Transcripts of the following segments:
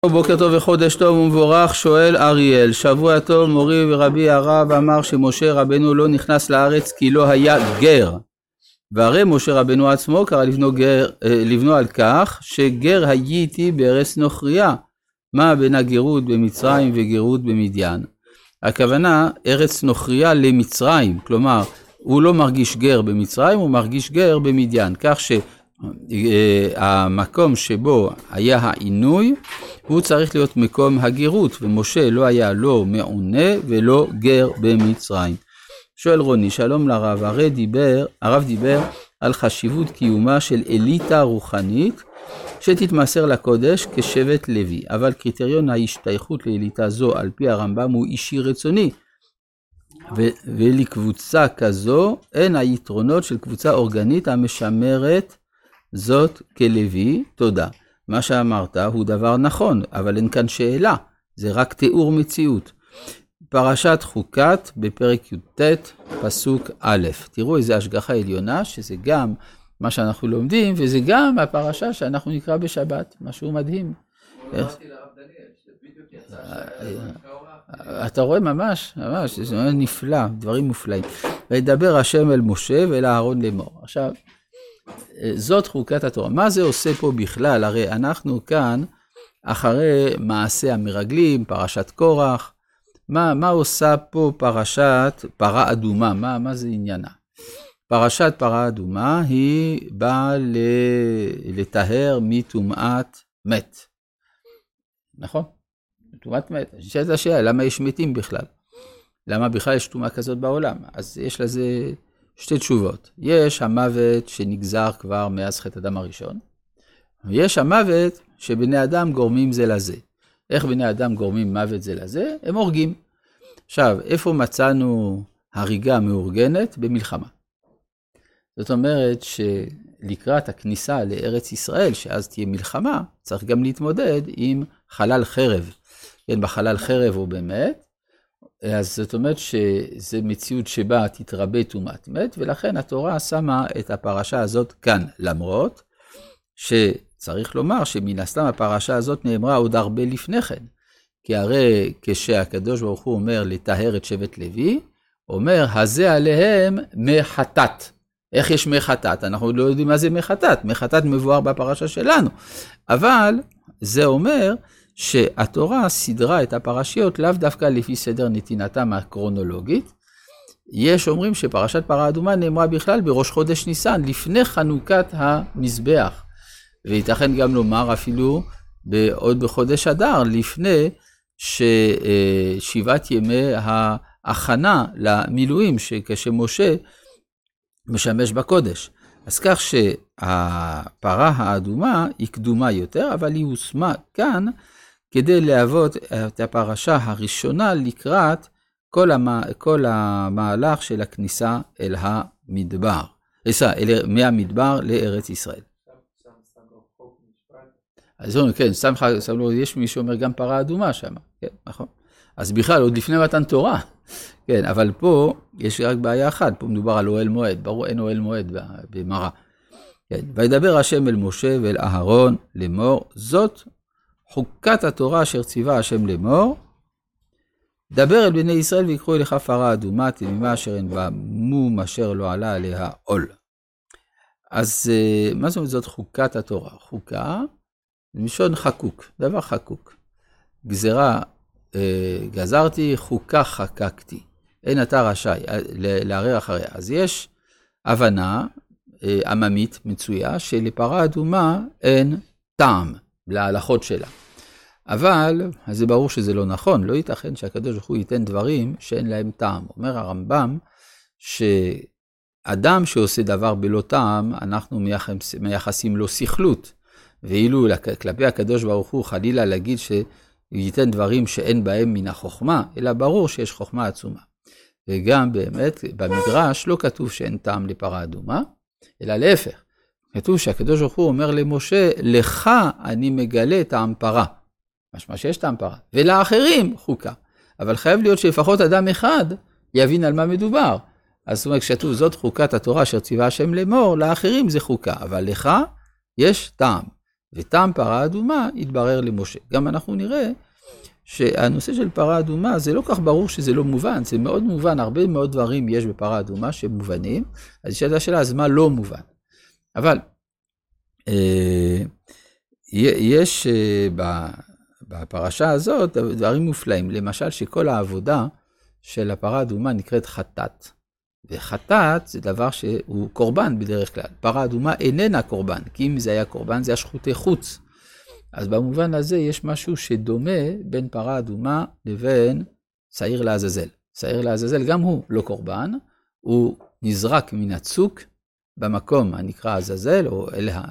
בוקר טוב וחודש טוב ומבורך. שואל אריאל, שבוע טוב, מורי ורבי הרב אמר שמשה רבנו לא נכנס לארץ כי לא היה גר, והרי משה רבנו עצמו קרא לבנו על כך שגר הייתי בארץ נוכריה. מה בין הגרות במצרים וגרות במדיין? הכוונה ארץ נוכריה למצרים, כלומר הוא לא מרגיש גר במצרים, הוא מרגיש גר במדיין, כך שהמקום שבו היה העינוי הוא צריך להיות מקום הגרות, ומשה לא היה לא מעונה ולא גר במצרים. שואל רוני, שלום לרב, הרב דיבר על חשיבות קיומה של אליטה רוחנית שתתמסר לקודש כשבט לוי, אבל קריטריון ההשתייכות לאליטה זו על פי הרמב"ם הוא אישי רצוני, ולקבוצה כזו אין היתרונות של קבוצה אורגנית המשמרת זאת כלוי. תודה. מה שאמרת הוא דבר נכון, אבל אין כאן שאלה, זה רק תיאור מציאות. פרשת חוקת בפרק י"ט פסוק א', תראו איזה השגחה עליונה, שזה גם מה שאנחנו לומדים, וזה גם הפרשה שאנחנו נקרא בשבת, משהו מדהים. אתה רואה ממש, זה נפלא, דברים מופלאים. וידבר השם אל משה ואל אהרון לאמור. עכשיו, זאת חוקת התורה. מה זה עושה פה בכלל? הרי אנחנו כאן אחרי מעשה המרגלים, פרשת קורח. מה עושה פה פרשת פרה אדומה? מה זה עניינה? פרשת פרה אדומה היא באה לטהר מטומאת מת. נכון? טומאת מת. נשאלת השאלה, למה יש מתים בכלל? למה בכלל יש טומאה כזאת בעולם? אז יש לזה שתי תשובות. יש המוות שנגזר כבר מאז חטא אדם הראשון, ויש המוות שבני אדם גורמים זה לזה. איך בני אדם גורמים מוות זה לזה? הם הורגים. עכשיו, איפה מצאנו הריגה מאורגנת? במלחמה. זאת אומרת שלקראת הכניסה לארץ ישראל, שאז תהיה מלחמה, צריך גם להתמודד עם חלל חרב. כן, בחלל חרב הוא באמת, אז זאת אומרת שזה מציאות שבה תתרבה טומאת מת, ולכן התורה שמה את הפרשה הזאת כאן, למרות שצריך לומר שמן הסתם הפרשה הזאת נאמרה עוד הרבה לפני כן, כי הרי כשהקדוש ברוך הוא אומר לטהר את שבט לוי, אומר הזה עליהם מחטאת. איך יש מחטאת? אנחנו לא יודעים מה זה מחטאת, מחטאת מבואר בפרשה שלנו, אבל זה אומר שהתורה סדרה את הפרשיות לאו דווקא לפי סדר נתינתם הקרונולוגית. יש אומרים שפרשת פרה אדומה נאמרה בכלל בראש חודש ניסן, לפני חנוכת המזבח, וייתכן גם לומר אפילו עוד בחודש אדר, לפני ששבעת ימי ההכנה למילואים שכשמשה משמש בקודש. אז כך שהפרה האדומה היא קדומה יותר, אבל היא הושמה כאן כדי להוות את הפרשה הראשונה לקראת כל המהלך של הכניסה אל המדבר, מהמדבר לארץ ישראל. אז כן, יש מי שאומר גם פרה אדומה שם, כן, נכון. אז בכלל עוד לפני מתן תורה, כן, אבל פה יש רק בעיה אחת, פה מדובר על אוהל מועד, ברור אין אוהל מועד במראה. כן, וידבר השם אל משה ואל אהרון לאמור, זאת חוקת התורה אשר ציווה השם לאמור, דבר אל בני ישראל ויקחו אליך פרה אדומה תמימה אשר אין בה מום אשר לא עלה עליה עול. אז מה זאת חוקת התורה? חוקה, מלשון חקוק, דבר חקוק. גזרה גזרתי, חוקה חקקתי. אין אתה רשאי לערער אחריה. אז יש הבנה עממית מצויה שלפרה אדומה אין טעם להלכות שלה. אבל זה ברור שזה לא נכון, לא ייתכן שהקדוש ברוך הוא ייתן דברים שאין להם טעם. אומר הרמב"ם שאדם שעושה דבר בלא טעם, אנחנו מייחסים לו שכלות, ואילו כלפי הקדוש ברוך הוא חלילה להגיד ייתן דברים שאין בהם מן החוכמה, אלא ברור שיש חוכמה עצומה. וגם באמת במדרש לא כתוב שאין טעם לפרה אדומה, אלא להפך. כתוב שהקדוש ברוך הוא אומר למשה, לך אני מגלה טעם פרה. משמע שיש טעם פרה. ולאחרים חוקה. אבל חייב להיות שלפחות אדם אחד יבין על מה מדובר. אז זאת אומרת, כשכתוב זאת חוקת התורה אשר ציווה השם לאמור, לאחרים זה חוקה. אבל לך יש טעם. וטעם פרה אדומה יתברר למשה. גם אנחנו נראה שהנושא של פרה אדומה זה לא כך ברור שזה לא מובן, זה מאוד מובן, הרבה מאוד דברים יש בפרה אדומה שמובנים, אז יש השאלה, אז מה לא מובן? אבל יש בפרשה הזאת דברים מופלאים, למשל שכל העבודה של הפרה האדומה נקראת חטאת, וחטאת זה דבר שהוא קורבן בדרך כלל, פרה אדומה איננה קורבן, כי אם זה היה קורבן זה היה שחוטי חוץ, אז במובן הזה יש משהו שדומה בין פרה אדומה לבין שעיר לעזאזל. שעיר לעזאזל גם הוא לא קורבן, הוא נזרק מן הצוק במקום הנקרא עזאזל, או אלה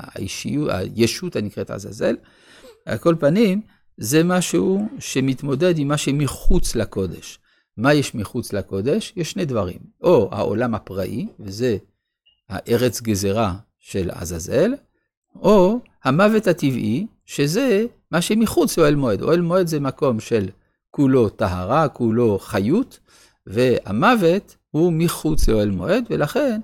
הישות הנקראת עזאזל. על כל פנים, זה משהו שמתמודד עם מה שמחוץ לקודש. מה יש מחוץ לקודש? יש שני דברים. או העולם הפראי, וזה הארץ גזרה של עזאזל, או המוות הטבעי, שזה מה שמחוץ לאוהל מועד. אוהל מועד זה מקום של כולו טהרה, כולו חיות, והמוות הוא מחוץ לאוהל מועד, ולכן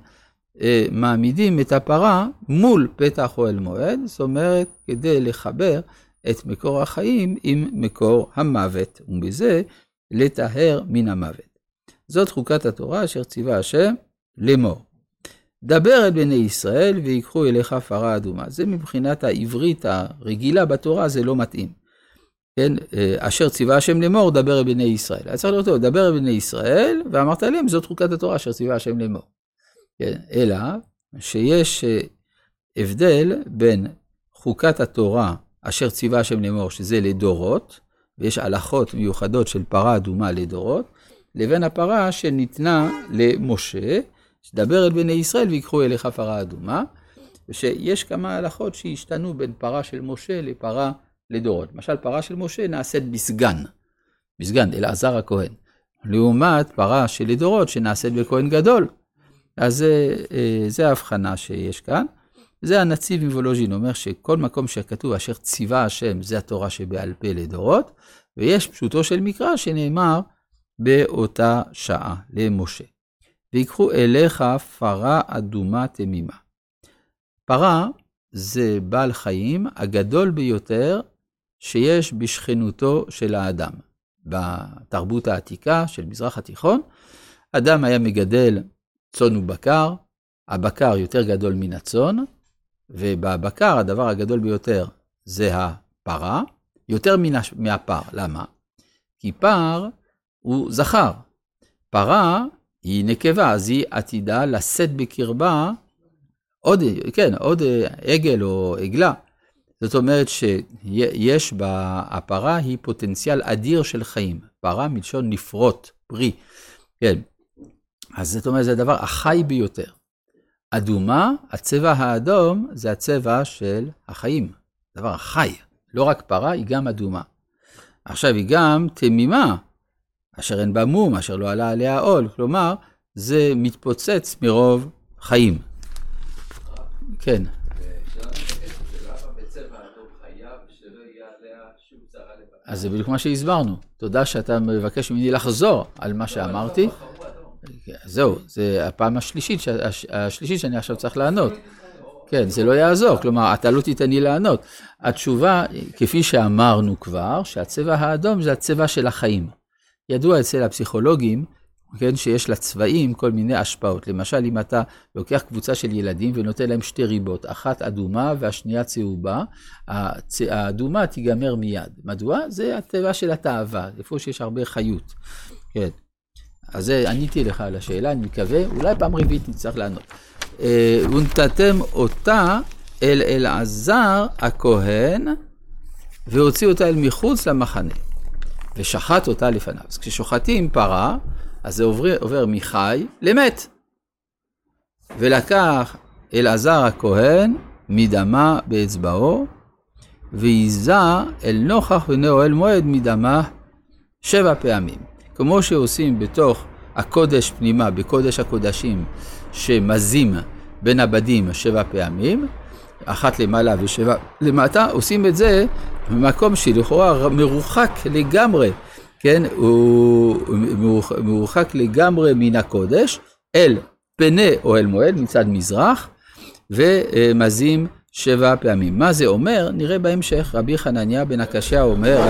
מעמידים את הפרה מול פתח אוהל מועד, זאת אומרת, כדי לחבר את מקור החיים עם מקור המוות, ובזה לטהר מן המוות. זאת חוקת התורה אשר ציווה השם לאמור. דבר אל בני ישראל ויקחו אליך פרה אדומה. זה מבחינת העברית הרגילה בתורה, זה לא מתאים. כן, אשר ציווה השם לאמור, דבר אל בני ישראל. אז צריך לראות, דבר אל בני ישראל, ואמרת להם, זאת חוקת התורה אשר ציווה השם לאמור. כן, אלא שיש הבדל בין חוקת התורה אשר ציווה השם לאמור, שזה לדורות, ויש הלכות מיוחדות של פרה אדומה לדורות, לבין הפרה שניתנה למשה, שדבר אל בני ישראל ויקחו אליך פרה אדומה, ושיש כמה הלכות שהשתנו בין פרה של משה לפרה לדורות. למשל, פרה של משה נעשית בסגן, אלעזר הכהן, לעומת פרה של לדורות שנעשית בכהן גדול. אז זה ההבחנה שיש כאן. זה הנציב מוולוז'ין, אומר שכל מקום שכתוב אשר ציווה השם, זה התורה שבעל פה לדורות, ויש פשוטו של מקרא שנאמר באותה שעה למשה. ויקחו אליך פרה אדומה תמימה. פרה זה בעל חיים הגדול ביותר שיש בשכנותו של האדם. בתרבות העתיקה של מזרח התיכון, אדם היה מגדל צאן ובקר, הבקר יותר גדול מן הצאן, ובבקר הדבר הגדול ביותר זה הפרה, יותר מהפר. למה? כי פר הוא זכר. פרה היא נקבה, אז היא עתידה לשאת בקרבה עוד עגל או עגלה. זאת אומרת שיש בהפרה היא פוטנציאל אדיר של חיים. פרה מלשון נפרות, פרי. כן. אז זאת אומרת, זה הדבר החי ביותר. אדומה, הצבע האדום, זה הצבע של החיים. דבר החי. לא רק פרה, היא גם אדומה. עכשיו היא גם תמימה, אשר אין בה מום, אשר לא עלה עליה עול. כלומר, זה מתפוצץ מרוב חיים. כן. אז זה בדיוק מה שהסברנו. תודה שאתה מבקש ממני לחזור על מה שאמרתי. זהו, זה הפעם השלישית שאני עכשיו צריך לענות. כן, זה לא יעזור, כלומר, אתה לא תיתני לענות. התשובה, כפי שאמרנו כבר, שהצבע האדום זה הצבע של החיים. ידוע אצל הפסיכולוגים, כן, שיש לצבעים כל מיני השפעות. למשל, אם אתה לוקח קבוצה של ילדים ונותן להם שתי ריבות, אחת אדומה והשנייה צהובה, האדומה תיגמר מיד. מדוע? זה הטבע של התאווה, איפה שיש הרבה חיות. כן. אז עניתי לך על השאלה, אני מקווה, אולי פעם רביעית נצטרך לענות. ונתתם אותה אל אלעזר הכהן, והוציא אותה אל מחוץ למחנה, ושחט אותה לפניו. אז כששוחטים פרה, אז זה עובר מחי למת. ולקח אלעזר הכהן מדמה באצבעו, ויזה אל נוכח בני אוהל מועד מדמה 7 פעמים. כמו שעושים בתוך הקודש פנימה, בקודש הקודשים, שמזים בין הבדים 7 פעמים, אחת למעלה ו7 למטה, עושים את זה במקום שלכאורה מרוחק לגמרי, כן, הוא מרוחק לגמרי מן הקודש, אל פני אוהל מועד מצד מזרח, ומזים 7 פעמים. מה זה אומר? נראה בהמשך. רבי חנניה בן הקשיא אומר,